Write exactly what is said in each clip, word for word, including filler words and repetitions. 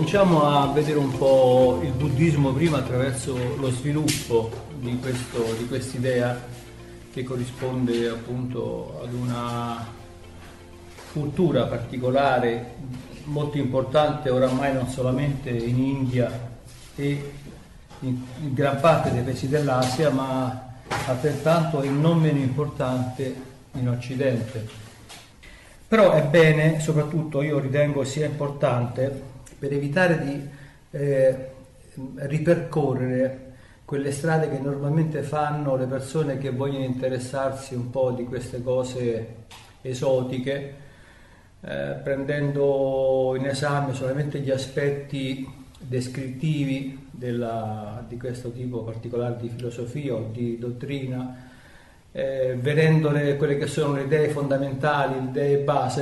cominciamo a vedere un po' il buddismo prima attraverso lo sviluppo di questo, di quest'idea che corrisponde appunto ad una cultura particolare molto importante oramai non solamente in India e in, in gran parte dei paesi dell'Asia, ma altrettanto e non meno importante in Occidente. Però è bene, soprattutto io ritengo sia importante, per evitare di eh, ripercorrere quelle strade che normalmente fanno le persone che vogliono interessarsi un po' di queste cose esotiche, eh, prendendo in esame solamente gli aspetti descrittivi della, di questo tipo particolare di filosofia o di dottrina, eh, vedendole quelle che sono le idee fondamentali, le idee base.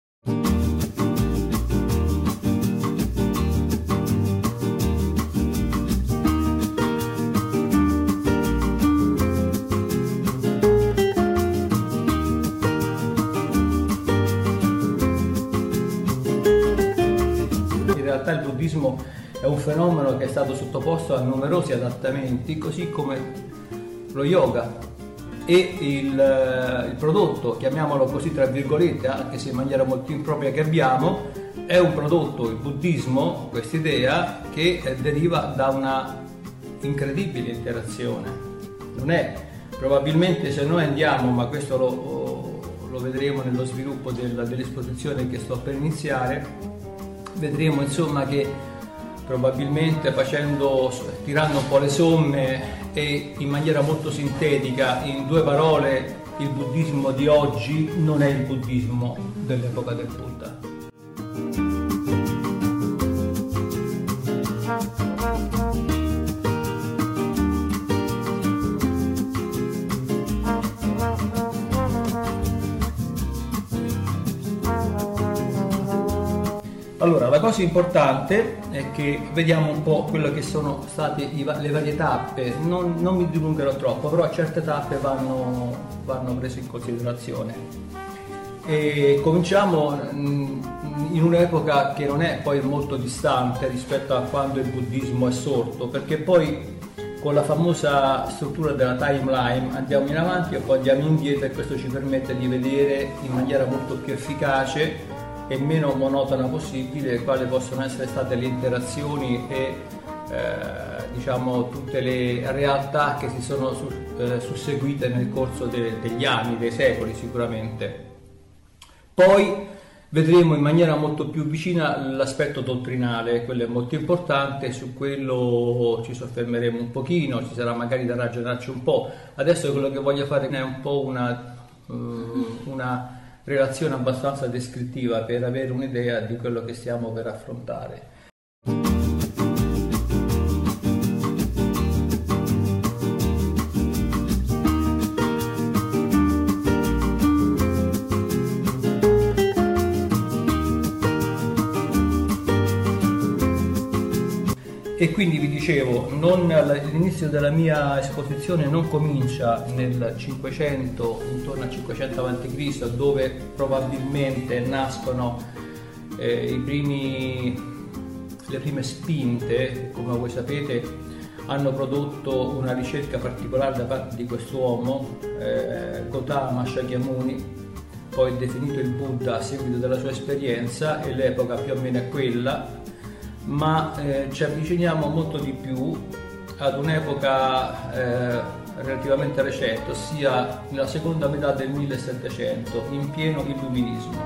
In realtà il buddismo è un fenomeno che è stato sottoposto a numerosi adattamenti, così come lo yoga. E il, il prodotto, chiamiamolo così tra virgolette, anche se in maniera molto impropria, che abbiamo, è un prodotto, il buddismo, quest'idea, che deriva da una incredibile interazione. Non è, probabilmente se noi andiamo, ma questo lo, lo vedremo nello sviluppo del, dell'esposizione che sto per iniziare, vedremo insomma che probabilmente facendo, tirando un po' le somme e in maniera molto sintetica, in due parole, il buddismo di oggi non è il buddismo dell'epoca del Buddha. Allora, la cosa importante è che vediamo un po' quello che sono state i, le varie tappe, non, non mi dilungherò troppo, però certe tappe vanno, vanno prese in considerazione. E cominciamo in un'epoca che non è poi molto distante rispetto a quando il buddismo è sorto, perché poi con la famosa struttura della timeline andiamo in avanti e poi andiamo indietro, e questo ci permette di vedere in maniera molto più efficace e meno monotona possibile quali possono essere state le interazioni e eh, diciamo tutte le realtà che si sono su, eh, susseguite nel corso de, degli anni, dei secoli sicuramente. Poi vedremo in maniera molto più vicina l'aspetto dottrinale, quello è molto importante, su quello ci soffermeremo un pochino, ci sarà magari da ragionarci un po'. Adesso quello che voglio fare è un po' una, una relazione abbastanza descrittiva per avere un'idea di quello che stiamo per affrontare. E quindi vi dicevo, non, l'inizio della mia esposizione non comincia nel cinquecento, intorno al cinquecento avanti Cristo, dove probabilmente nascono eh, i primi, le prime spinte che, come voi sapete, hanno prodotto una ricerca particolare da parte di quest'uomo, eh, Gautama Shakyamuni, poi definito il Buddha a seguito della sua esperienza, e l'epoca più o meno è quella, ma eh, ci avviciniamo molto di più ad un'epoca eh, relativamente recente, ossia nella seconda metà del millesettecento, in pieno illuminismo.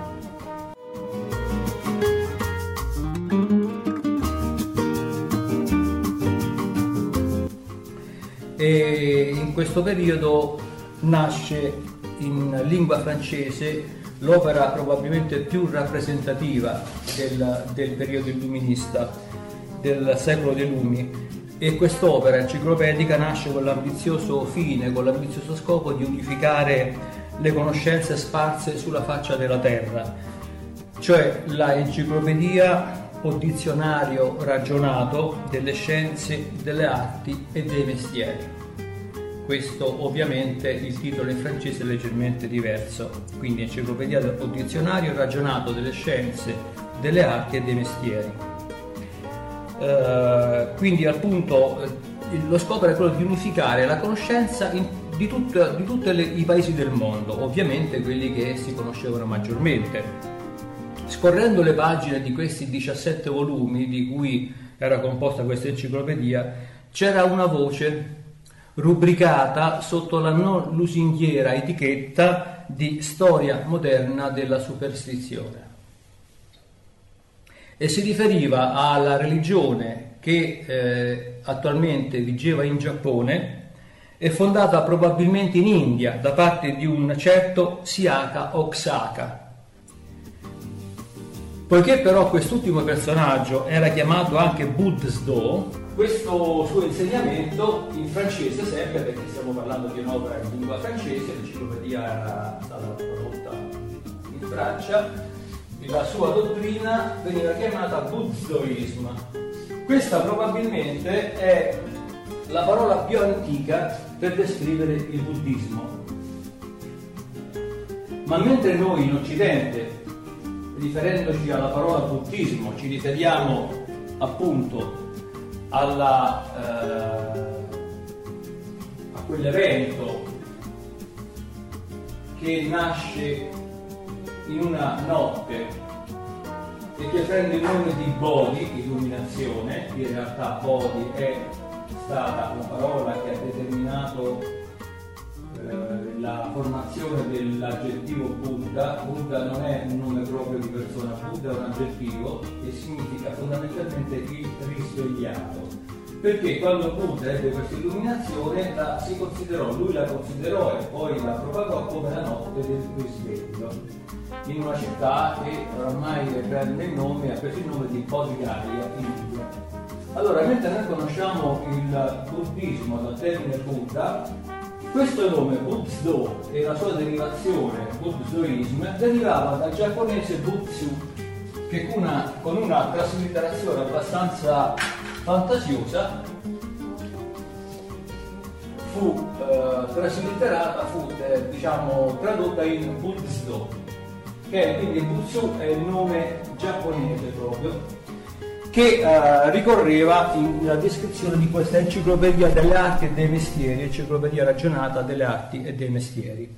E in questo periodo nasce in lingua francese l'opera probabilmente più rappresentativa del, del periodo illuminista, del secolo dei lumi, e quest'opera enciclopedica nasce con l'ambizioso fine, con l'ambizioso scopo di unificare le conoscenze sparse sulla faccia della terra, cioè la enciclopedia o dizionario ragionato delle scienze, delle arti e dei mestieri. Questo ovviamente il titolo in francese è leggermente diverso, quindi enciclopedia o dizionario ragionato delle scienze, delle arti e dei mestieri. Eh, quindi appunto lo scopo era quello di unificare la conoscenza in, di, tut, di tutti i paesi del mondo, ovviamente quelli che si conoscevano maggiormente. Scorrendo le pagine di questi diciassette volumi di cui era composta questa enciclopedia, c'era una voce rubricata sotto la non lusinghiera etichetta di storia moderna della superstizione e si riferiva alla religione che eh, attualmente vigeva in Giappone e fondata probabilmente in India da parte di un certo Siaka Oksaka. Poiché però quest'ultimo personaggio era chiamato anche Buddhsdo, questo suo insegnamento in francese sempre, perché stiamo parlando di un'opera in lingua francese, l'enciclopedia era stata prodotta in Francia, la sua dottrina veniva chiamata Buddhismo. Questa probabilmente è la parola più antica per descrivere il buddismo. Ma mentre noi in Occidente, riferendoci alla parola buddismo, ci riferiamo appunto alla, eh, a quell'evento che nasce in una notte e che prende il nome di Bodhi, illuminazione. In realtà Bodhi è stata la parola che ha determinato eh, la formazione dell'aggettivo Buddha. Buddha non è un nome proprio di persona, Buddha è un aggettivo che significa fondamentalmente il risvegliato, perché quando Buddha ebbe questa illuminazione la si considerò, lui la considerò e poi la propagò come la notte del risveglio, in una città che oramai prende il nome, ha preso il nome di Bodhgaya in India. Allora, mentre noi conosciamo il buddismo dal termine Buddha, questo nome Buddhdo e la sua derivazione Buddhismo derivava dal giapponese Butsu, che con una, con una traslitterazione abbastanza fantasiosa fu eh, traslitterata, fu eh, diciamo tradotta in Buddhdo, che quindi Butsu è il nome giapponese proprio, che eh, ricorreva nella descrizione di questa enciclopedia delle arti e dei mestieri, enciclopedia ragionata delle arti e dei mestieri.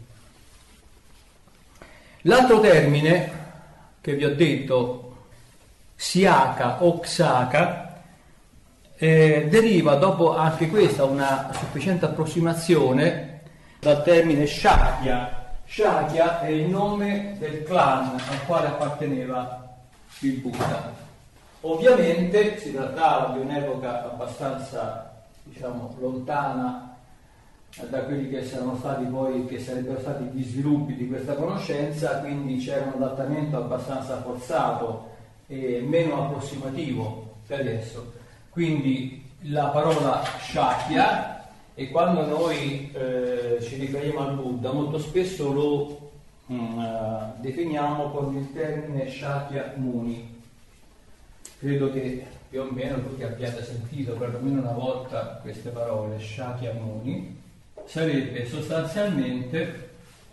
L'altro termine che vi ho detto, Siaka o Ksaka, eh, deriva dopo anche questa una sufficiente approssimazione dal termine Shakya. Shakya è il nome del clan al quale apparteneva il Buddha. Ovviamente si trattava di un'epoca abbastanza, diciamo, lontana da quelli che saranno stati poi, che sarebbero stati gli sviluppi di questa conoscenza, quindi c'era un adattamento abbastanza forzato e meno approssimativo per adesso. Quindi la parola Shakya, e quando noi eh, ci riferiamo al Buddha molto spesso lo mm, uh, definiamo con il termine Shakya Muni. Credo che più o meno tutti abbiate sentito perlomeno una volta queste parole, Shakya Muni. Sarebbe sostanzialmente,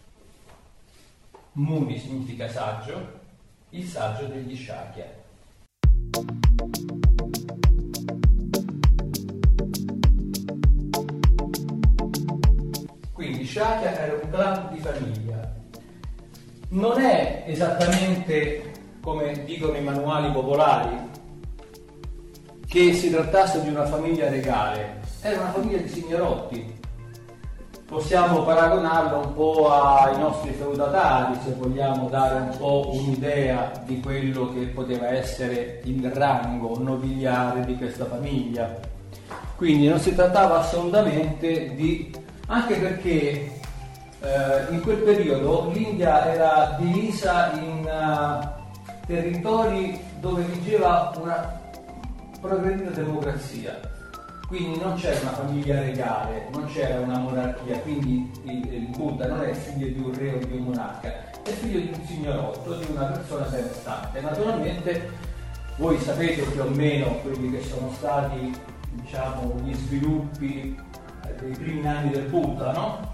Muni significa saggio, il saggio degli Shakya. Quindi Shakya era un clan di famiglia. Non è esattamente come dicono i manuali popolari che si trattasse di una famiglia regale, era una famiglia di signorotti. Possiamo paragonarlo un po' ai nostri feudatari, se vogliamo dare un po' un'idea di quello che poteva essere il rango nobiliare di questa famiglia. Quindi non si trattava assolutamente di... anche perché eh, in quel periodo l'India era divisa in uh, territori dove vigeva una progredita democrazia, quindi non c'era una famiglia regale, non c'era una monarchia, quindi il, il Buddha non è figlio di un re o di un monarca, è figlio di un signorotto, di una persona benestante. Naturalmente voi sapete più o meno quelli che sono stati, diciamo, gli sviluppi dei primi anni del Buddha, no?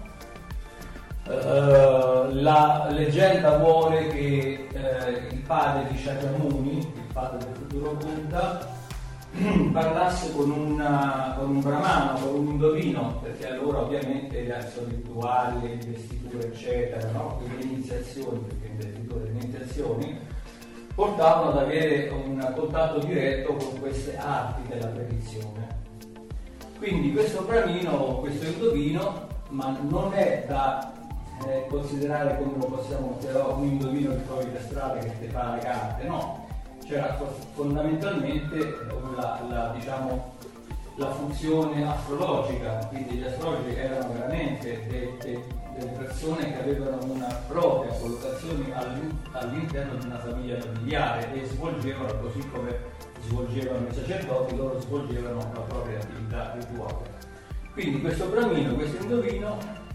Uh, la leggenda vuole che uh, il padre di Shakyamuni, il padre del futuro Buddha, parlasse con, una, con un brahmano, con un indovino, perché allora ovviamente le azioni rituali, le investiture eccetera, no? Le iniziazioni, perché investiture e iniziazioni portavano ad avere un contatto diretto con queste arti della predizione. Quindi questo bramino, questo indovino, ma non è da eh, considerare come lo possiamo considerare un indovino che trovi per strada che ti fa le carte, no. C'era fondamentalmente la, la, diciamo, la funzione astrologica, quindi gli astrologi erano veramente de, de, delle persone che avevano una propria collocazione all'interno di una famiglia familiare e svolgevano, così come svolgevano i sacerdoti, loro svolgevano la propria attività rituale. Quindi questo bramino, questo indovino,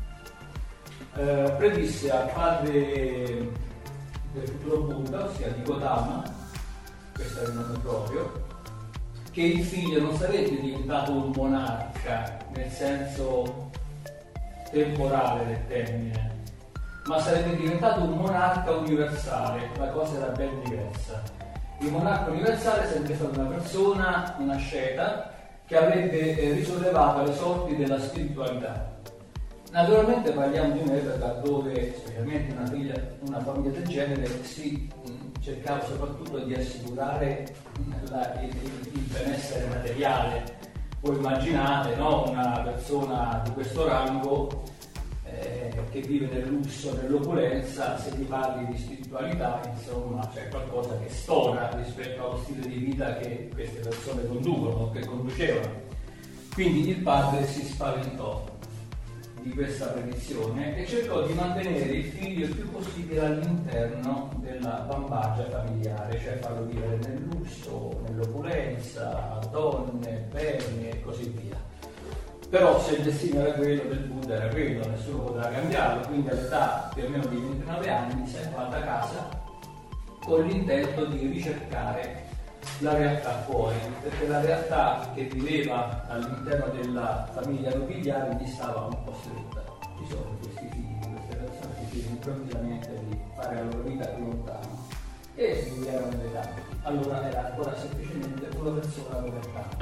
eh, predisse al padre del futuro Buddha, ossia di Gotama, questo è il nome proprio, che il figlio non sarebbe diventato un monarca nel senso temporale del termine, ma sarebbe diventato un monarca universale. La cosa era ben diversa. Il monarca universale sarebbe stata una persona, una asceta, che avrebbe eh, risollevato le sorti della spiritualità. Naturalmente parliamo di un'epoca dove, specialmente una, figlia, una famiglia del genere, si mh, cercava soprattutto di assicurare la, il, il benessere materiale. Voi immaginate, no? Una persona di questo rango eh, che vive nel lusso, nell'opulenza, se ti parli di spiritualità, insomma, c'è qualcosa che stona rispetto allo stile di vita che queste persone conducono, che conducevano. Quindi il padre si spaventò di questa predizione e cercò di mantenere il figlio il più possibile all'interno della bambagia familiare, cioè farlo vivere nel lusso, nell'opulenza, donne, beni e così via. Però se il destino era quello del Buddha, era quello, nessuno poteva cambiarlo, quindi all'età più o meno di ventinove anni si è fatta a casa con l'intento di ricercare la realtà fuori, perché la realtà che viveva all'interno della famiglia nobiliare gli stava un po' stretta. Ci sono questi figli, queste persone che decidono improvvisamente di fare la loro vita più lontano e vivevano nelle campi. Allora era ancora semplicemente una persona come tante.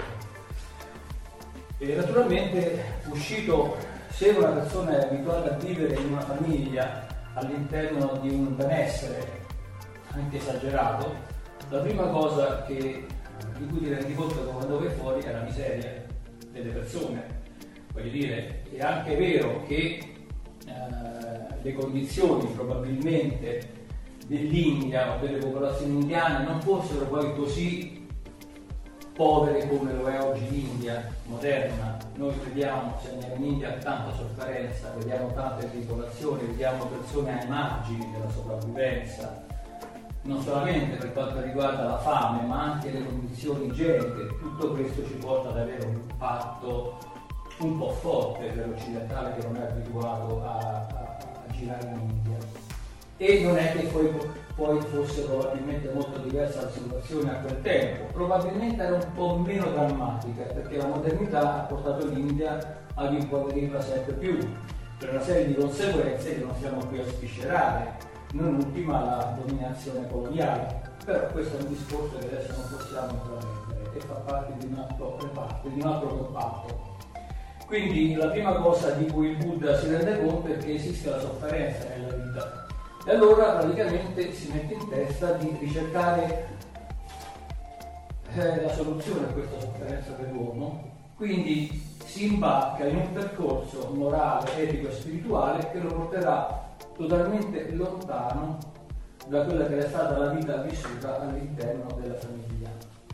E naturalmente uscito, se una persona è abituata a vivere in una famiglia all'interno di un benessere anche esagerato, la prima cosa che, di cui ti rendi conto quando vai fuori è la miseria delle persone. Voglio dire, è anche vero che eh, le condizioni probabilmente dell'India o delle popolazioni indiane non fossero poi così povere come lo è oggi l'India moderna. Noi vediamo, se andiamo in India, tanta sofferenza, vediamo tante tribolazioni, vediamo persone ai margini della sopravvivenza, non solamente per quanto riguarda la fame, ma anche le condizioni igieniche. Tutto questo ci porta ad avere un impatto un po' forte per l'occidentale che non è abituato a, a, a girare in India. E non è che poi, poi fosse probabilmente molto diversa la situazione a quel tempo, probabilmente era un po' meno drammatica, perché la modernità ha portato l'India ad impoverirla sempre più, per una serie di conseguenze che non stiamo qui a sviscerare, non ultima la dominazione coloniale. Però questo è un discorso che adesso non possiamo intraprendere e fa parte di un altro reparto, di un altro comparto. Quindi la prima cosa di cui il Buddha si rende conto è che esiste la sofferenza nella vita e allora praticamente si mette in testa di ricercare eh, la soluzione a questa sofferenza dell'uomo. Quindi si imbarca in un percorso morale, etico e spirituale che lo porterà totalmente lontano da quella che è stata la vita vissuta all'interno della famiglia.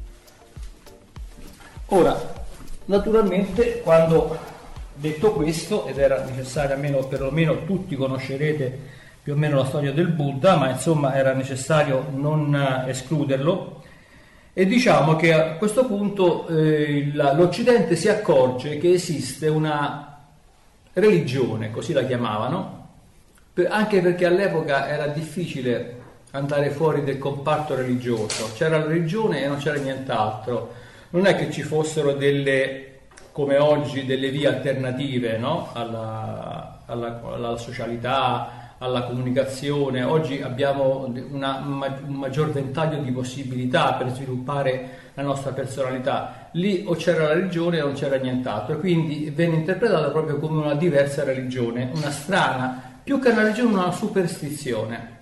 Ora, naturalmente, quando detto questo, ed era necessario, almeno perlomeno tutti conoscerete più o meno la storia del Buddha, ma insomma era necessario non escluderlo, e diciamo che a questo punto eh, l'Occidente si accorge che esiste una religione, così la chiamavano, anche perché all'epoca era difficile andare fuori del comparto religioso, c'era la religione e non c'era nient'altro, non è che ci fossero delle, come oggi, delle vie alternative, no? alla, alla, alla socialità, alla comunicazione. Oggi abbiamo una, un maggior ventaglio di possibilità per sviluppare la nostra personalità. Lì o c'era la religione o non c'era nient'altro, e quindi venne interpretata proprio come una diversa religione, una strana, più che una religione, una superstizione.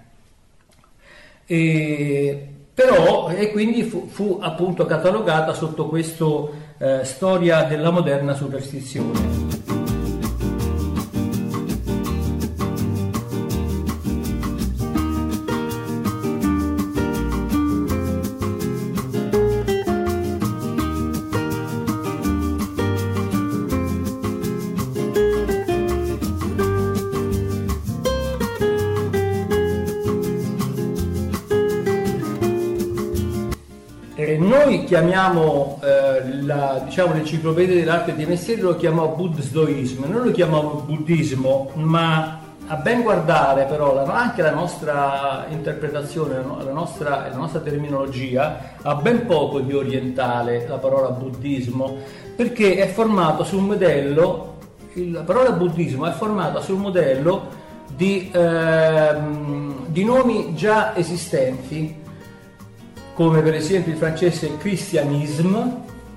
E, però, e quindi fu, fu appunto catalogata sotto questo eh, storia della moderna superstizione. Noi chiamiamo eh, la, diciamo, l'enciclopedia dell'arte dei mestieri, lo chiamiamo buddhismo, noi lo chiamiamo buddismo, ma a ben guardare però la, anche la nostra interpretazione, la nostra, la nostra terminologia ha ben poco di orientale la parola buddismo, perché è formato su un modello, la parola buddismo è formata sul modello di, ehm, di nomi già esistenti, come per esempio il francese christianisme,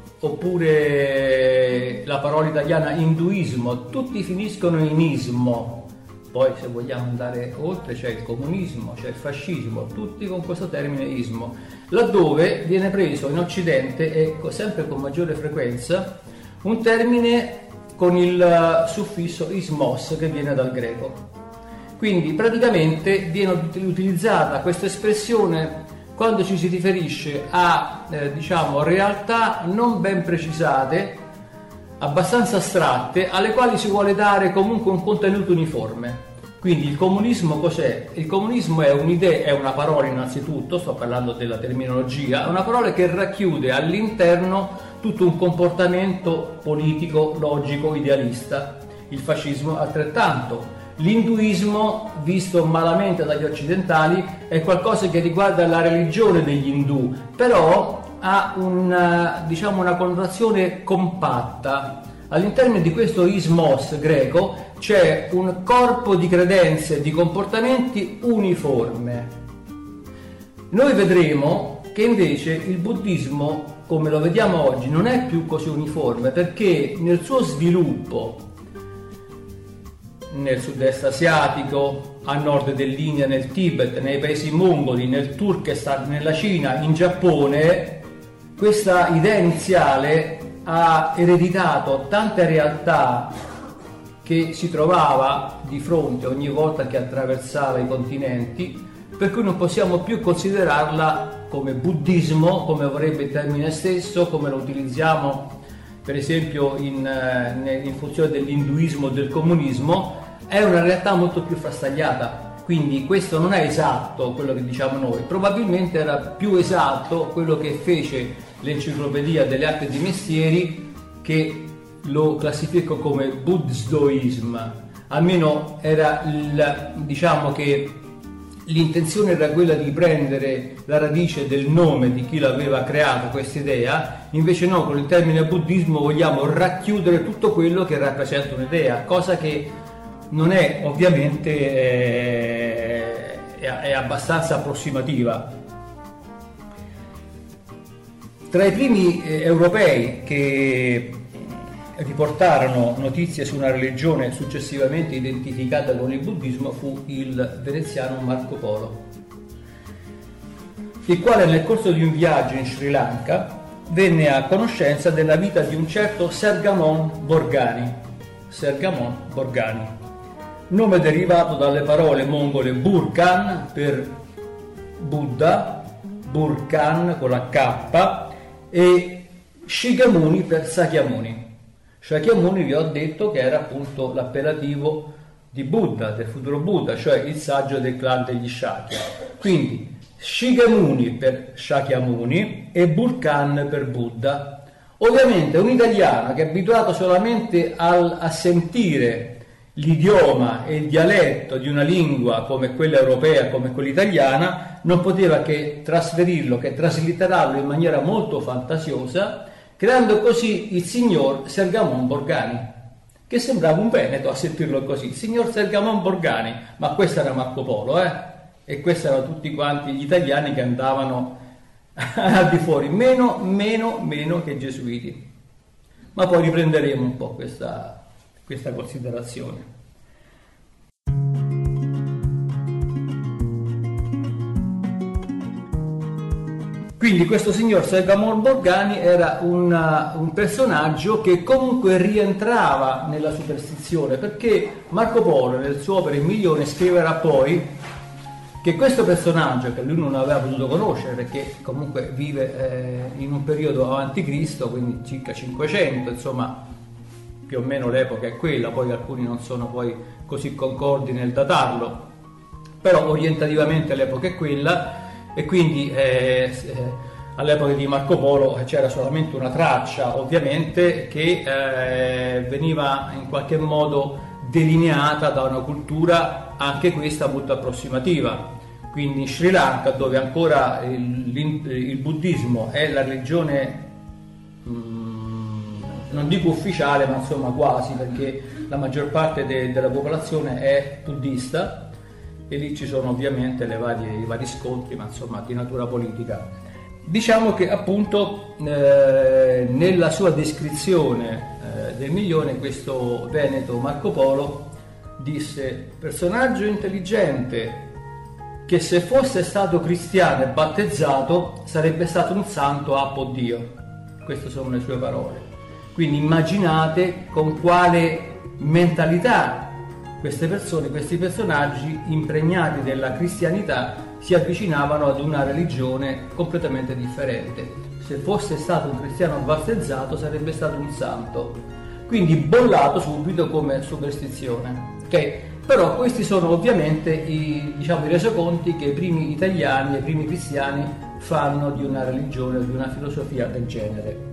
oppure la parola italiana induismo, tutti finiscono in ismo. Poi se vogliamo andare oltre c'è il comunismo, c'è il fascismo, tutti con questo termine ismo, laddove viene preso in Occidente, e sempre con maggiore frequenza, un termine con il suffisso ismos che viene dal greco. Quindi praticamente viene utilizzata questa espressione quando ci si riferisce a eh, diciamo, realtà non ben precisate, abbastanza astratte, alle quali si vuole dare comunque un contenuto uniforme. Quindi il comunismo cos'è? Il comunismo è un'idea, è una parola innanzitutto, sto parlando della terminologia, è una parola che racchiude all'interno tutto un comportamento politico, logico, idealista. Il fascismo altrettanto. L'induismo, visto malamente dagli occidentali, è qualcosa che riguarda la religione degli indù, però ha una, diciamo, una connotazione compatta. All'interno di questo ismos greco c'è un corpo di credenze, di comportamenti uniforme. Noi vedremo che invece il buddismo, come lo vediamo oggi, non è più così uniforme, perché nel suo sviluppo nel sud-est asiatico, a nord dell'India, nel Tibet, nei paesi mongoli, nel Turkestan, nella Cina, in Giappone, questa idea iniziale ha ereditato tante realtà che si trovava di fronte ogni volta che attraversava i continenti, per cui non possiamo più considerarla come buddismo, come vorrebbe il termine stesso, come lo utilizziamo per esempio in, in funzione dell'induismo o del comunismo. È una realtà molto più frastagliata, quindi questo non è esatto quello che diciamo noi, probabilmente era più esatto quello che fece l'enciclopedia delle arti e dei mestieri, che lo classifico come buddhismo, almeno era il, diciamo che l'intenzione era quella di prendere la radice del nome di chi l'aveva creato questa idea, invece no, con il termine buddismo vogliamo racchiudere tutto quello che rappresenta un'idea, cosa che non è ovviamente eh, è, è abbastanza approssimativa. Tra i primi eh, europei che riportarono notizie su una religione successivamente identificata con il buddismo fu il veneziano Marco Polo, il quale nel corso di un viaggio in Sri Lanka venne a conoscenza della vita di un certo Sergamon Borgani, Sergamon Borgani, nome derivato dalle parole mongole Burkan per Buddha, Burkan con la K, e Shikyamuni per Sakyamuni. Shakyamuni vi ho detto che era appunto l'appellativo di Buddha, del futuro Buddha, cioè il saggio del clan degli Shakya. Quindi Shikyamuni per Shakyamuni e Burkan per Buddha. Ovviamente un italiano che è abituato solamente al, a sentire l'idioma e il dialetto di una lingua come quella europea, come quella italiana, non poteva che trasferirlo, che traslitterarlo in maniera molto fantasiosa, creando così il signor Sergamon Borgani, che sembrava un veneto a sentirlo così, il signor Sergamon Borgani, ma questo era Marco Polo, eh? E questi erano tutti quanti gli italiani che andavano al di fuori, meno, meno, meno che i gesuiti. Ma poi riprenderemo un po' questa, questa considerazione. Quindi questo signor Sergamon Borgani era un, un personaggio che comunque rientrava nella superstizione, perché Marco Polo nel suo opera Il Milione scriverà poi che questo personaggio, che lui non aveva potuto conoscere perché comunque vive eh, in un periodo avanti Cristo, quindi circa cinquecento, insomma più o meno l'epoca è quella, poi alcuni non sono poi così concordi nel datarlo, però orientativamente l'epoca è quella. E quindi eh, eh, all'epoca di Marco Polo c'era solamente una traccia, ovviamente, che eh, veniva in qualche modo delineata da una cultura anche questa molto approssimativa. Quindi in Sri Lanka, dove ancora il, il buddismo è la religione mh, non dico ufficiale, ma insomma quasi, perché la maggior parte de, della popolazione è buddista, e lì ci sono ovviamente le varie, i vari scontri, ma insomma di natura politica. Diciamo che appunto eh, nella sua descrizione eh, del Milione, questo veneto Marco Polo disse: personaggio intelligente che se fosse stato cristiano e battezzato sarebbe stato un santo appo Dio. Queste sono le sue parole. Quindi immaginate con quale mentalità queste persone, questi personaggi impregnati della cristianità si avvicinavano ad una religione completamente differente. Se fosse stato un cristiano battezzato sarebbe stato un santo, quindi bollato subito come superstizione. Okay? Però questi sono ovviamente i, diciamo, i resoconti che i primi italiani, i primi cristiani fanno di una religione o di una filosofia del genere.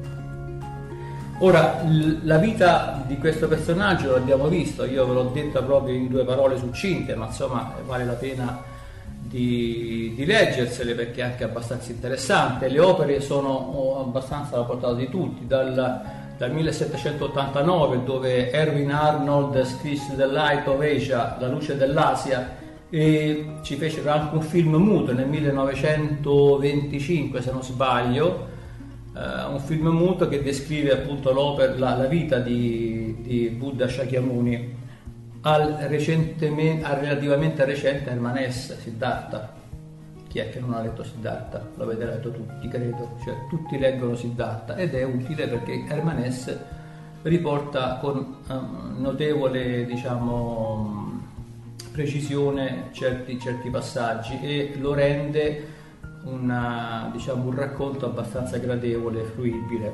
Ora, la vita di questo personaggio l'abbiamo visto, io ve l'ho detta proprio in due parole succinte, ma insomma vale la pena di, di leggersele perché è anche abbastanza interessante. Le opere sono abbastanza alla portata di tutti, dal, dal millesettecentottantanove, dove Erwin Arnold scrisse The Light of Asia, La luce dell'Asia, e ci fecero anche un film muto nel millenovecentoventicinque, se non sbaglio. Uh, un film muto che descrive appunto l'opera, la, la vita di, di Buddha Shakyamuni al, recentemente, al relativamente recente Hermanès Siddhartha. Chi è che non ha letto Siddhartha? Lo avete letto tutti, credo, cioè tutti leggono Siddhartha, ed è utile perché Hermanès riporta con um, notevole, diciamo, precisione certi, certi passaggi e lo rende Una, diciamo, un racconto abbastanza gradevole e fruibile.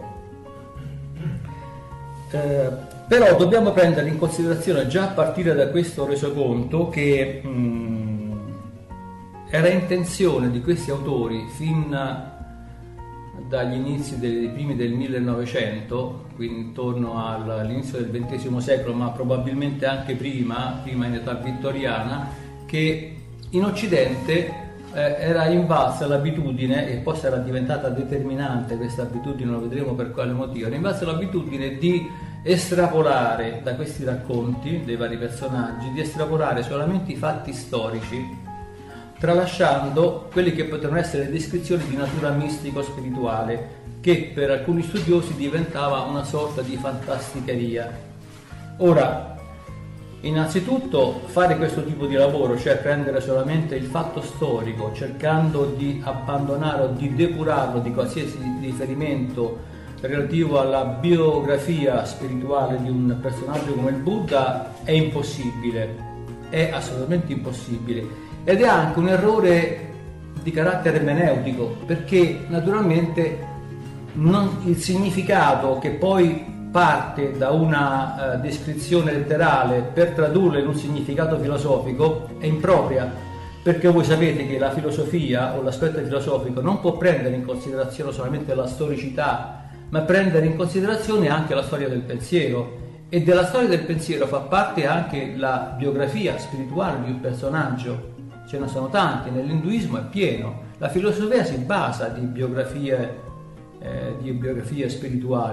Eh, però dobbiamo prendere in considerazione già a partire da questo resoconto che mh, era intenzione di questi autori fin dagli inizi dei primi del millenovecento, quindi intorno all'inizio del ventesimo secolo, ma probabilmente anche prima, prima in età vittoriana, che in Occidente Eh, era invalsa l'abitudine, e poi sarà diventata determinante questa abitudine, lo vedremo per quale motivo, era invalsa l'abitudine di estrapolare da questi racconti dei vari personaggi, di estrapolare solamente i fatti storici, tralasciando quelli che potevano essere descrizioni di natura mistico-spirituale, che per alcuni studiosi diventava una sorta di fantasticheria. Ora, innanzitutto fare questo tipo di lavoro, cioè prendere solamente il fatto storico, cercando di abbandonare o di depurarlo di qualsiasi riferimento relativo alla biografia spirituale di un personaggio come il Buddha, è impossibile, è assolutamente impossibile, ed è anche un errore di carattere ermeneutico, perché naturalmente non, il significato che poi parte da una uh, descrizione letterale per tradurla in un significato filosofico è impropria, perché voi sapete che la filosofia o l'aspetto filosofico non può prendere in considerazione solamente la storicità, ma prendere in considerazione anche la storia del pensiero, e della storia del pensiero fa parte anche la biografia spirituale di un personaggio. Ce ne sono tanti, nell'induismo è pieno, la filosofia si basa di biografie, eh, di biografie spirituali.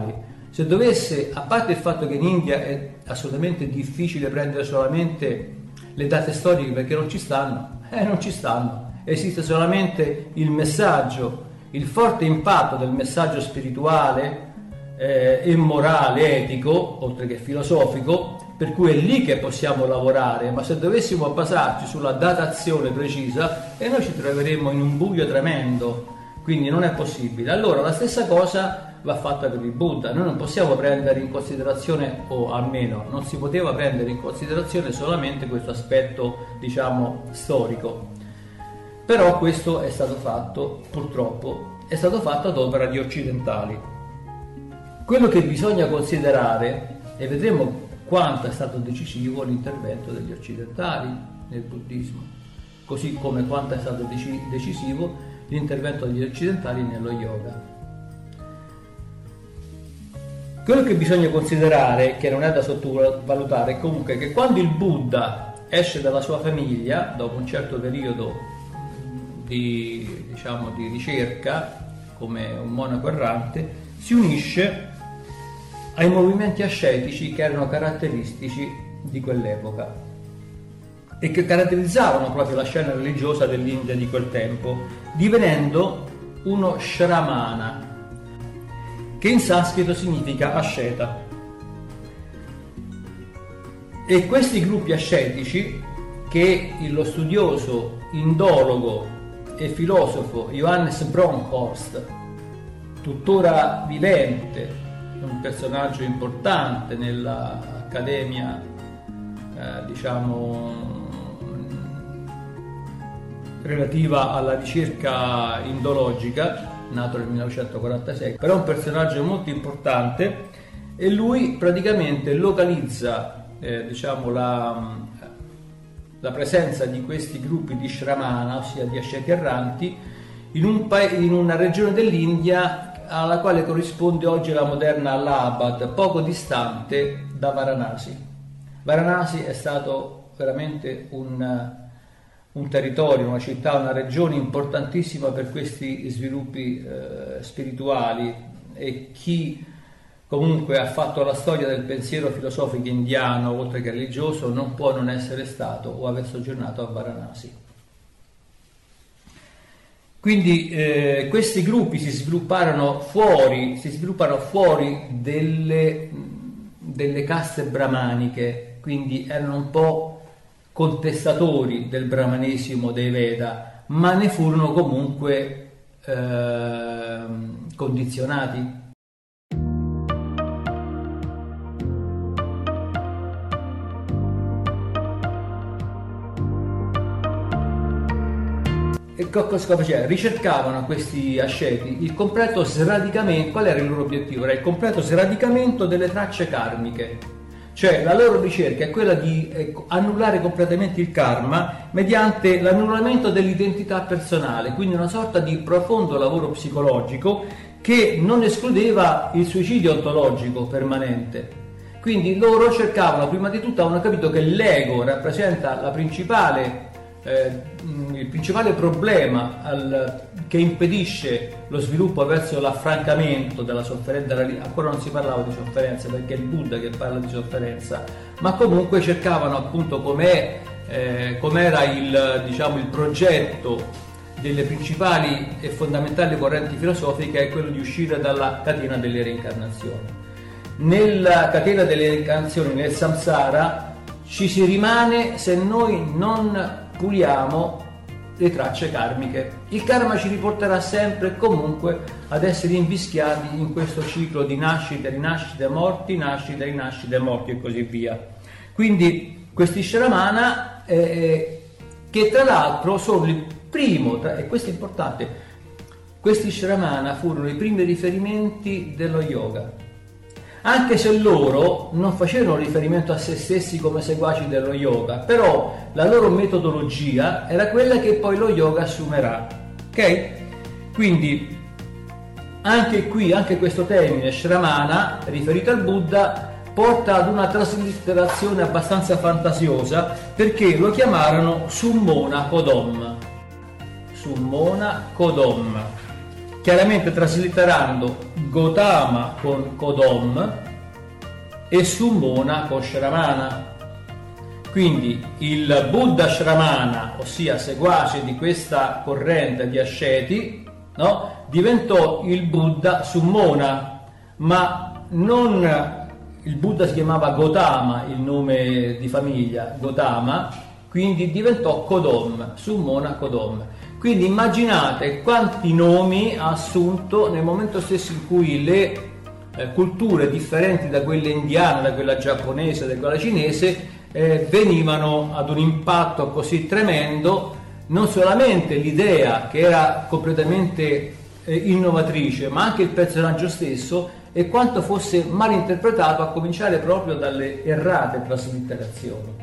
Se dovesse, a parte il fatto che in India è assolutamente difficile prendere solamente le date storiche perché non ci stanno, eh non ci stanno, esiste solamente il messaggio, il forte impatto del messaggio spirituale eh, e morale, etico, oltre che filosofico, per cui è lì che possiamo lavorare, ma se dovessimo basarci sulla datazione precisa, e noi ci troveremmo in un buio tremendo, quindi non è possibile. Allora la stessa cosa va fatta per il Buddha, noi non possiamo prendere in considerazione, o almeno non si poteva prendere in considerazione solamente questo aspetto, diciamo, storico. Però questo è stato fatto, purtroppo, è stato fatto ad opera di occidentali. Quello che bisogna considerare, e vedremo quanto è stato decisivo l'intervento degli occidentali nel buddismo, così come quanto è stato decisivo l'intervento degli occidentali nello yoga. Quello che bisogna considerare, che non è da sottovalutare, è comunque che quando il Buddha esce dalla sua famiglia, dopo un certo periodo di, diciamo, di ricerca, come un monaco errante, si unisce ai movimenti ascetici che erano caratteristici di quell'epoca e che caratterizzavano proprio la scena religiosa dell'India di quel tempo, divenendo uno shramana, che in sanscrito significa asceta. E questi gruppi ascetici, che lo studioso, indologo e filosofo Johannes Bronkhorst, tuttora vivente, un personaggio importante nell'accademia, eh, diciamo, relativa alla ricerca indologica, nato nel millenovecentoquarantasei, però è un personaggio molto importante, e lui praticamente localizza eh, diciamo la, la presenza di questi gruppi di shramana, ossia di asceti erranti, in, un pa- in una regione dell'India alla quale corrisponde oggi la moderna Allahabad, poco distante da Varanasi. Varanasi è stato veramente un un territorio, una città, una regione importantissima per questi sviluppi eh, spirituali, e chi comunque ha fatto la storia del pensiero filosofico indiano, oltre che religioso, non può non essere stato o aver soggiornato a Varanasi. Quindi eh, questi gruppi si svilupparono fuori, si sviluppano fuori delle, delle caste brahmaniche, quindi erano un po' contestatori del brahmanesimo dei Veda, ma ne furono comunque eh, condizionati. E cosa facevano? Ricercavano questi asceti il completo sradicamento. Qual era il loro obiettivo? Era il completo sradicamento delle tracce karmiche. Cioè la loro ricerca è quella di eh, annullare completamente il karma mediante l'annullamento dell'identità personale, quindi una sorta di profondo lavoro psicologico che non escludeva il suicidio ontologico permanente. Quindi loro cercavano prima di tutto, hanno capito che l'ego rappresenta la principale, eh, il principale problema al, che impedisce lo sviluppo verso l'affrancamento della sofferenza. Ancora non si parlava di sofferenza perché è il Buddha che parla di sofferenza, ma comunque cercavano appunto com'è, eh, com'era il, diciamo, il progetto delle principali e fondamentali correnti filosofiche, è quello di uscire dalla catena delle reincarnazioni. Nella catena delle reincarnazioni, nel samsara, ci si rimane se noi non puliamo le tracce karmiche. Il karma ci riporterà sempre e comunque ad essere invischiati in questo ciclo di nascite, rinascite, morti, nascite, rinascite, morti e così via. Quindi questi shramana, eh, che tra l'altro sono il primo, tra, e questo è importante, questi shramana furono i primi riferimenti dello yoga. Anche se loro non facevano riferimento a se stessi come seguaci dello yoga, però la loro metodologia era quella che poi lo yoga assumerà, ok? Quindi anche qui, anche questo termine shramana riferito al Buddha porta ad una traslitterazione abbastanza fantasiosa, perché lo chiamarono Summona Kodom. Summona Kodom. chiaramente traslitterando Gotama con Kodom e Summona con Shramana. Quindi il Buddha Shramana, ossia seguace di questa corrente di asceti, no? Diventò il Buddha Summona, ma non il Buddha si chiamava Gotama, il nome di famiglia Gotama, quindi diventò Kodom, Summona Kodom. Quindi immaginate quanti nomi ha assunto nel momento stesso in cui le eh, culture differenti da quella indiana, da quella giapponese, da quella cinese eh, venivano ad un impatto così tremendo. Non solamente l'idea, che era completamente eh, innovatrice, ma anche il personaggio stesso, e quanto fosse mal interpretato, a cominciare proprio dalle errate traslitterazioni.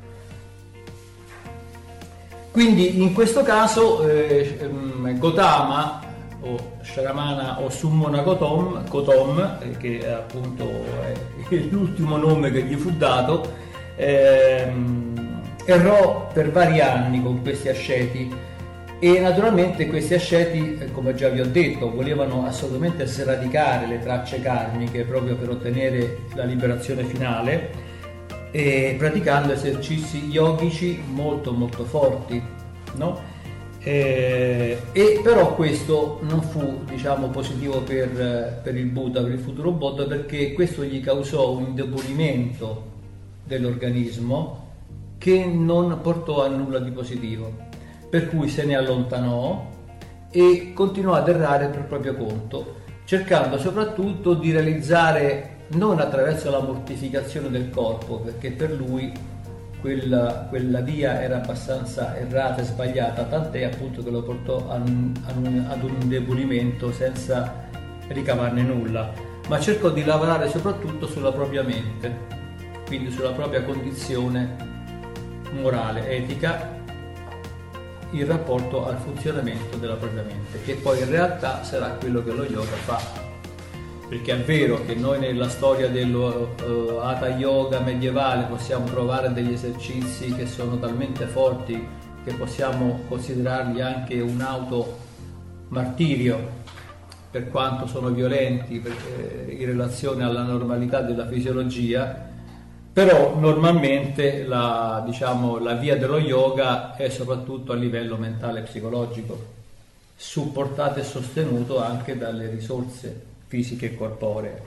Quindi in questo caso eh, Gotama o Shramana o Summona Kodom, Kodom eh, che appunto è l'ultimo nome che gli fu dato, ehm, errò per vari anni con questi asceti, e naturalmente questi asceti, eh, come già vi ho detto, volevano assolutamente sradicare le tracce karmiche proprio per ottenere la liberazione finale, e praticando esercizi yogici molto molto forti, no? Eh, e però questo non fu, diciamo, positivo per, per il Buddha, per il futuro Buddha, perché questo gli causò un indebolimento dell'organismo che non portò a nulla di positivo, per cui se ne allontanò e continuò ad errare per proprio conto, cercando soprattutto di realizzare non attraverso la mortificazione del corpo, perché per lui quella, quella via era abbastanza errata e sbagliata, tant'è appunto che lo portò a un, a un, ad un indebolimento senza ricavarne nulla, ma cercò di lavorare soprattutto sulla propria mente, quindi sulla propria condizione morale, etica, in rapporto al funzionamento della propria mente, che poi in realtà sarà quello che lo yoga fa. Perché è vero che noi nella storia dello uh, Hatha Yoga medievale possiamo trovare degli esercizi che sono talmente forti che possiamo considerarli anche un automartirio, per quanto sono violenti perché, in relazione alla normalità della fisiologia, però normalmente la, diciamo, la via dello yoga è soprattutto a livello mentale e psicologico, supportato e sostenuto anche dalle risorse fisiche e corporee.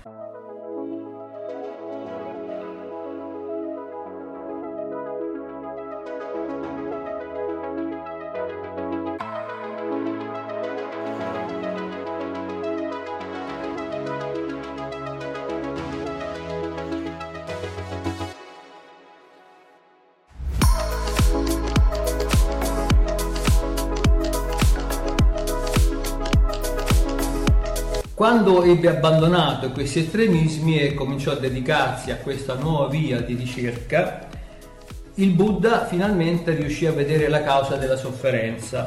Quando ebbe abbandonato questi estremismi e cominciò a dedicarsi a questa nuova via di ricerca, il Buddha finalmente riuscì a vedere la causa della sofferenza,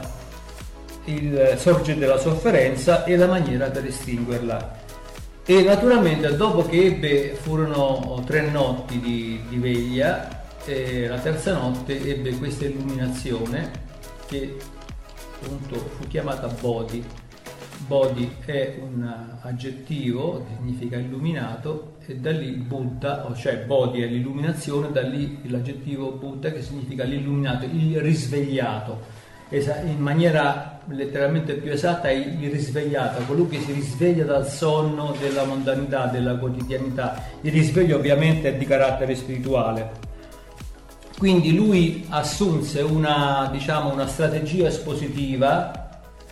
il sorgere della sofferenza e la maniera per estinguerla. E naturalmente dopo che ebbe, furono tre notti di, di veglia, e la terza notte ebbe questa illuminazione che appunto fu chiamata Bodhi. Bodhi è un aggettivo che significa illuminato, e da lì Buddha, cioè Bodhi è l'illuminazione, da lì l'aggettivo Buddha che significa l'illuminato, il risvegliato, in maniera letteralmente più esatta è il risvegliato, colui che si risveglia dal sonno della mondanità, della quotidianità. Il risveglio ovviamente è di carattere spirituale. Quindi lui assunse una, diciamo, una strategia espositiva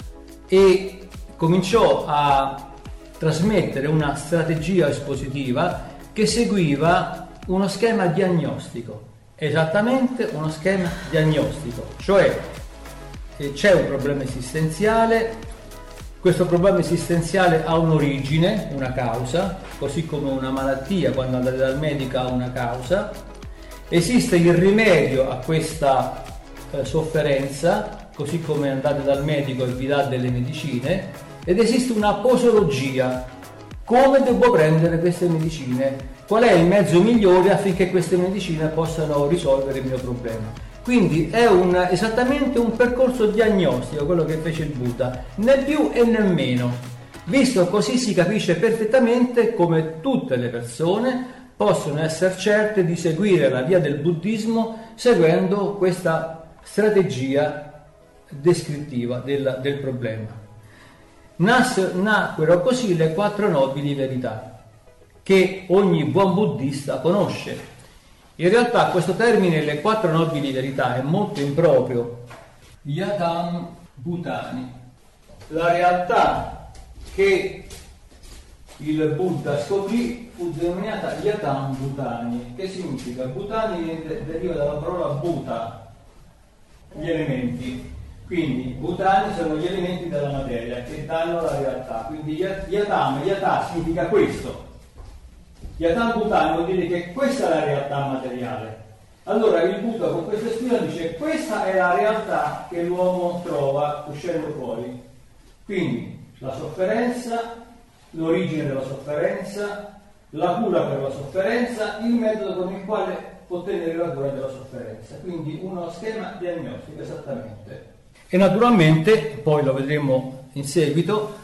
e cominciò a trasmettere una strategia espositiva che seguiva uno schema diagnostico, esattamente uno schema diagnostico, cioè c'è un problema esistenziale, questo problema esistenziale ha un'origine, una causa, così come una malattia quando andate dal medico ha una causa, esiste il rimedio a questa eh, sofferenza, così come andate dal medico e vi dà delle medicine, ed esiste una posologia, come devo prendere queste medicine, qual è il mezzo migliore affinché queste medicine possano risolvere il mio problema. Quindi è un, esattamente un percorso diagnostico quello che fece il Buddha, né più e né meno. Visto così si capisce perfettamente come tutte le persone possono essere certe di seguire la via del buddismo seguendo questa strategia descrittiva del, del problema. Nas, nacquero così le quattro nobili verità che ogni buon buddista conosce. In realtà questo termine, le quattro nobili verità, è molto improprio. Yatam Bhutani, la realtà che il Buddha scoprì fu denominata Yatam Bhutani, che significa, Bhutani deriva dalla parola Bhuta, gli elementi. Quindi Bhutani sono gli elementi della materia che danno la realtà. Quindi Yatam, Yata significa questo. Yatam Bhutani vuol dire che questa è la realtà materiale. Allora il Buddha con questa espressione dice: questa è la realtà che l'uomo trova uscendo fuori. Quindi la sofferenza, l'origine della sofferenza, la cura per la sofferenza, il metodo con il quale ottenere la cura della sofferenza. Quindi uno schema diagnostico esattamente. E naturalmente, poi lo vedremo in seguito,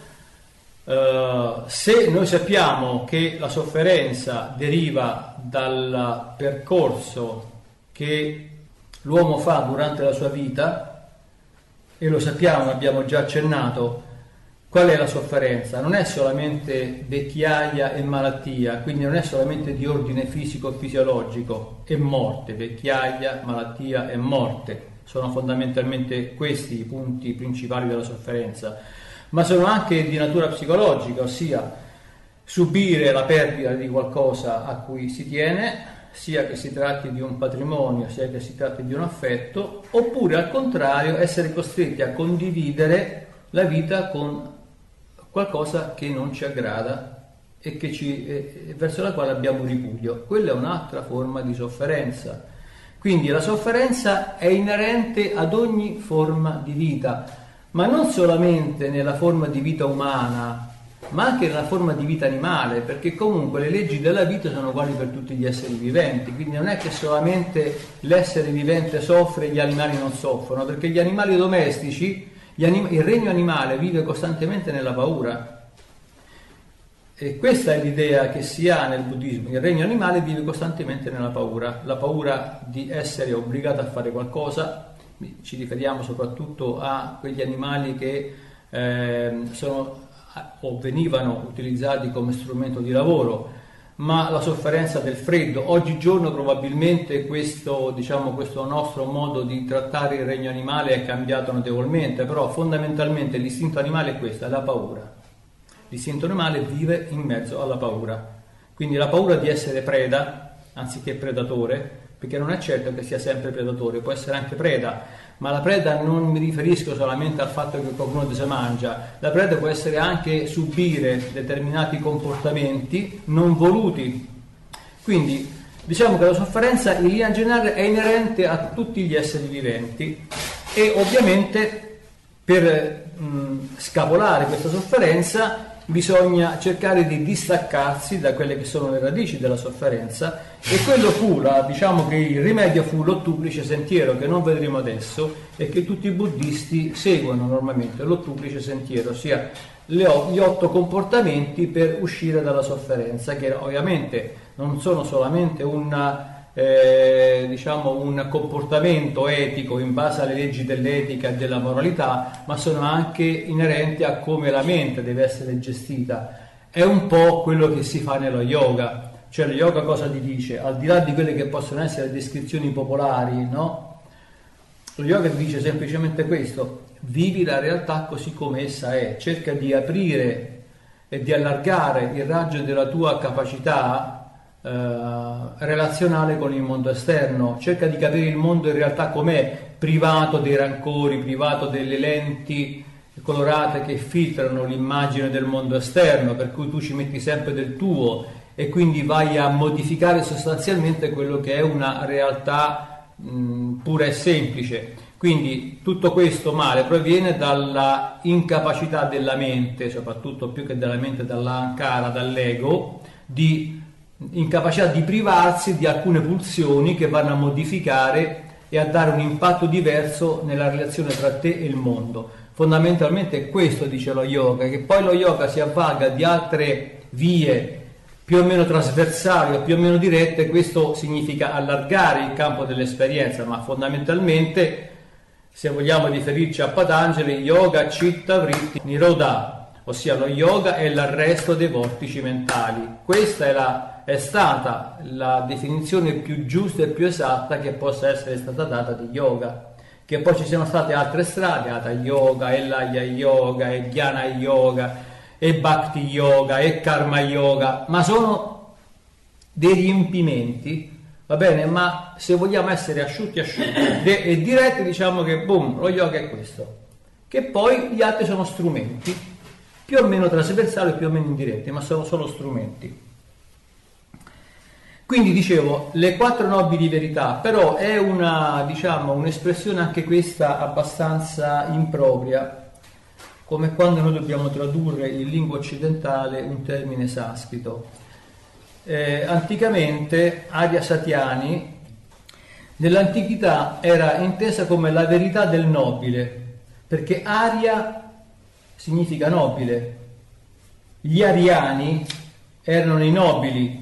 Uh, se noi sappiamo che la sofferenza deriva dal percorso che l'uomo fa durante la sua vita, e lo sappiamo, abbiamo già accennato, qual è la sofferenza? Non è solamente vecchiaia e malattia, quindi non è solamente di ordine fisico-fisiologico, è morte, vecchiaia, malattia e morte, sono fondamentalmente questi i punti principali della sofferenza. Ma sono anche di natura psicologica, ossia subire la perdita di qualcosa a cui si tiene, sia che si tratti di un patrimonio, sia che si tratti di un affetto, oppure al contrario essere costretti a condividere la vita con qualcosa che non ci aggrada e, che ci, e verso la quale abbiamo ripudio. Quella è un'altra forma di sofferenza. Quindi la sofferenza è inerente ad ogni forma di vita, ma non solamente nella forma di vita umana, ma anche nella forma di vita animale, perché comunque le leggi della vita sono uguali per tutti gli esseri viventi, quindi non è che solamente l'essere vivente soffre e gli animali non soffrono, perché gli animali domestici, gli anim- il regno animale vive costantemente nella paura. E questa è l'idea che si ha nel buddismo: il regno animale vive costantemente nella paura, la paura di essere obbligato a fare qualcosa. Ci riferiamo soprattutto a quegli animali che eh, sono o venivano utilizzati come strumento di lavoro, ma la sofferenza del freddo. Oggigiorno probabilmente questo, diciamo, questo nostro modo di trattare il regno animale è cambiato notevolmente, però fondamentalmente l'istinto animale è questo, è la paura. L'istinto animale vive in mezzo alla paura, quindi la paura di essere preda anziché predatore, perché non è certo che sia sempre predatore, può essere anche preda, ma la preda non mi riferisco solamente al fatto che qualcuno ti si mangia, la preda può essere anche subire determinati comportamenti non voluti. Quindi diciamo che la sofferenza in linea generale è inerente a tutti gli esseri viventi e ovviamente per mh, scapolare questa sofferenza bisogna cercare di distaccarsi da quelle che sono le radici della sofferenza, e quello fu, la, diciamo che il rimedio fu l'ottuplice sentiero, che non vedremo adesso e che tutti i buddisti seguono normalmente, l'ottuplice sentiero, ossia le, gli otto comportamenti per uscire dalla sofferenza, che ovviamente non sono solamente una Eh, diciamo un comportamento etico in base alle leggi dell'etica e della moralità, ma sono anche inerenti a come la mente deve essere gestita. È un po' quello che si fa nello yoga, cioè lo yoga cosa ti dice? Al di là di quelle che possono essere descrizioni popolari, no? Lo yoga ti dice semplicemente questo: vivi la realtà così come essa è, cerca di aprire e di allargare il raggio della tua capacità Uh, relazionale con il mondo esterno, cerca di capire il mondo in realtà com'è, privato dei rancori, privato delle lenti colorate che filtrano l'immagine del mondo esterno, per cui tu ci metti sempre del tuo e quindi vai a modificare sostanzialmente quello che è una realtà mh, pura e semplice. Quindi tutto questo male proviene dalla incapacità della mente, soprattutto più che della mente, dall'ankara, dall'ego, di incapacità di privarsi di alcune pulsioni che vanno a modificare e a dare un impatto diverso nella relazione tra te e il mondo. Fondamentalmente questo dice lo yoga, che poi lo yoga si avvalga di altre vie più o meno trasversali o più o meno dirette. Questo significa allargare il campo dell'esperienza, ma fondamentalmente, se vogliamo riferirci a Patanjali, yoga citta vritti nirodha, ossia lo yoga è l'arresto dei vortici mentali. Questa è, la, è stata la definizione più giusta e più esatta che possa essere stata data di yoga. Che poi ci siano state altre strade, Hatha Yoga, e Laya Yoga, e Dhyana Yoga, e Bhakti Yoga, e Karma Yoga, ma sono dei riempimenti, va bene? Ma se vogliamo essere asciutti asciutti e diretti, diciamo che boom, lo yoga è questo, che poi gli altri sono strumenti, più o meno trasversali, più o meno indiretti, ma sono solo strumenti. Quindi dicevo, le quattro nobili verità, però è una, diciamo, un'espressione anche questa abbastanza impropria, come quando noi dobbiamo tradurre in lingua occidentale un termine sanscrito. Eh, anticamente Arya Satyani nell'antichità era intesa come la verità del nobile, perché Arya significa nobile, gli ariani erano i nobili.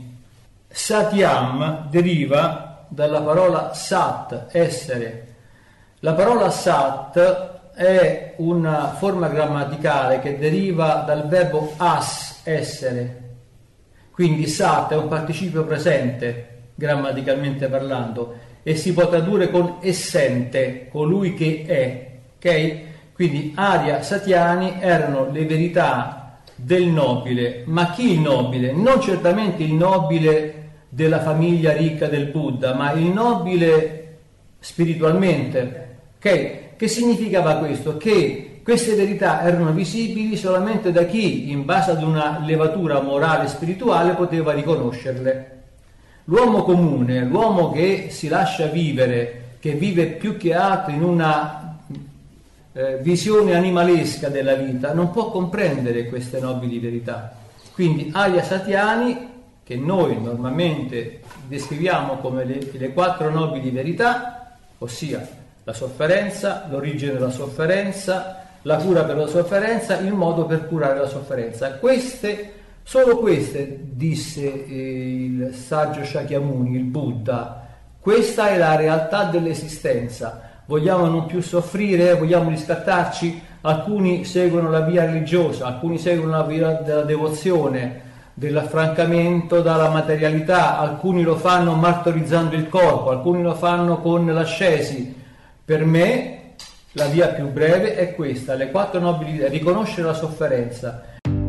Satyam deriva dalla parola sat, essere. La parola sat è una forma grammaticale che deriva dal verbo as, essere. Quindi sat è un participio presente, grammaticalmente parlando, e si può tradurre con essente, colui che è. Ok? Quindi Arya Satyani erano le verità del nobile. Ma chi il nobile? Non certamente il nobile della famiglia ricca del Buddha, ma il nobile spiritualmente. Ok? Che significava questo? Che queste verità erano visibili solamente da chi, in base ad una levatura morale e spirituale, poteva riconoscerle. L'uomo comune, l'uomo che si lascia vivere, che vive più che altro in una eh, visione animalesca della vita, non può comprendere queste nobili verità. Quindi Arya Satyani, che noi normalmente descriviamo come le, le quattro nobili verità, ossia la sofferenza, l'origine della sofferenza, la cura per la sofferenza, il modo per curare la sofferenza. Queste, solo queste, disse eh, il saggio Shakyamuni, il Buddha, questa è la realtà dell'esistenza. Vogliamo non più soffrire? Vogliamo riscattarci? Alcuni seguono la via religiosa, alcuni seguono la via della devozione, dell'affrancamento dalla materialità, alcuni lo fanno martorizzando il corpo, alcuni lo fanno con l'ascesi. Per me la via più breve è questa, le quattro nobili, riconoscere la sofferenza.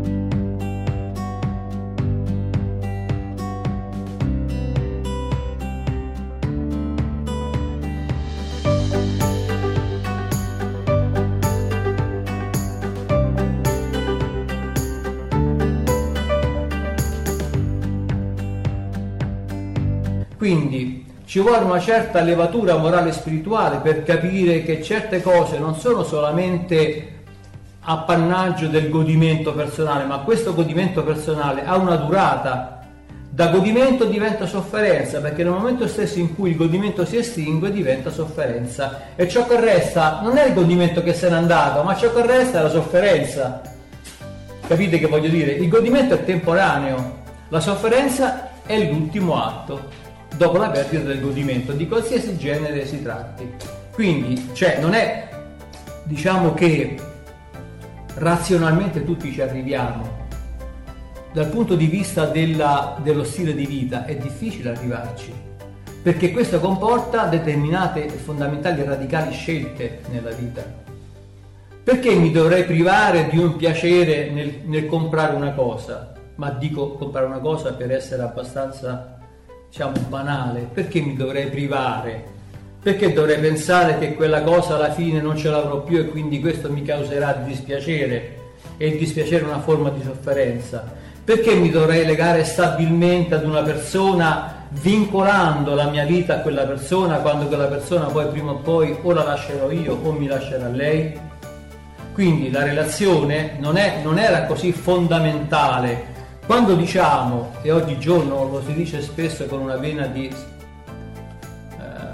Quindi ci vuole una certa levatura morale e spirituale per capire che certe cose non sono solamente appannaggio del godimento personale, ma questo godimento personale ha una durata. Da godimento diventa sofferenza, perché nel momento stesso in cui il godimento si estingue diventa sofferenza, e ciò che resta non è il godimento che se n'è andato, ma ciò che resta è la sofferenza. Capite che voglio dire? Il godimento è temporaneo, la sofferenza è l'ultimo atto dopo la perdita del godimento, di qualsiasi genere si tratti. Quindi, cioè, non è, diciamo che razionalmente tutti ci arriviamo. Dal punto di vista della, dello stile di vita è difficile arrivarci, perché questo comporta determinate fondamentali e radicali scelte nella vita. Perché mi dovrei privare di un piacere nel, nel comprare una cosa? Ma dico comprare una cosa per essere abbastanza, diciamo, banale. Perché mi dovrei privare? Perché dovrei pensare che quella cosa alla fine non ce l'avrò più e quindi questo mi causerà dispiacere, e il dispiacere è una forma di sofferenza? Perché mi dovrei legare stabilmente ad una persona, vincolando la mia vita a quella persona, quando quella persona poi prima o poi o la lascerò io o mi lascerà lei? Quindi la relazione non, è, non era così fondamentale. Quando diciamo, e oggigiorno lo si dice spesso con una vena di, eh,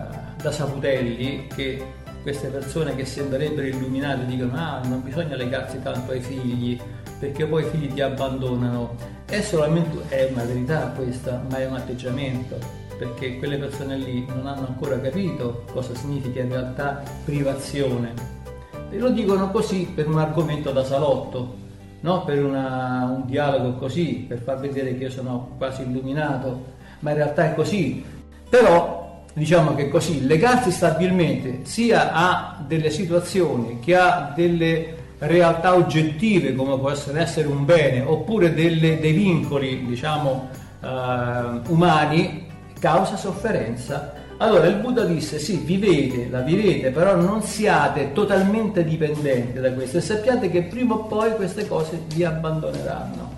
da saputelli che queste persone che sembrerebbero illuminate dicono ah, non bisogna legarsi tanto ai figli perché poi i figli ti abbandonano. È solamente, è una verità questa, ma è un atteggiamento, perché quelle persone lì non hanno ancora capito cosa significa in realtà privazione. E lo dicono così per un argomento da salotto, no? Per una, un dialogo così, per far vedere che io sono quasi illuminato, ma in realtà è così. Però diciamo che così legarsi stabilmente sia a delle situazioni che a delle realtà oggettive come può essere, essere un bene oppure delle, dei vincoli diciamo eh, umani causa sofferenza. Allora il Buddha disse sì, vivete, la vivete, però non siate totalmente dipendenti da questo e sappiate che prima o poi queste cose vi abbandoneranno.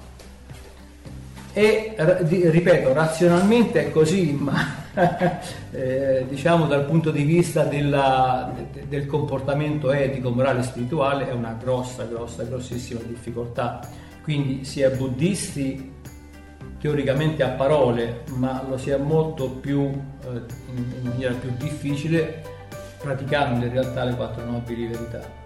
E ripeto, razionalmente è così, ma eh, diciamo dal punto di vista della, del comportamento etico, morale e spirituale è una grossa, grossa, grossissima difficoltà. Quindi si è buddisti teoricamente a parole, ma lo si è molto più eh, in maniera più difficile praticando in realtà le quattro nobili verità.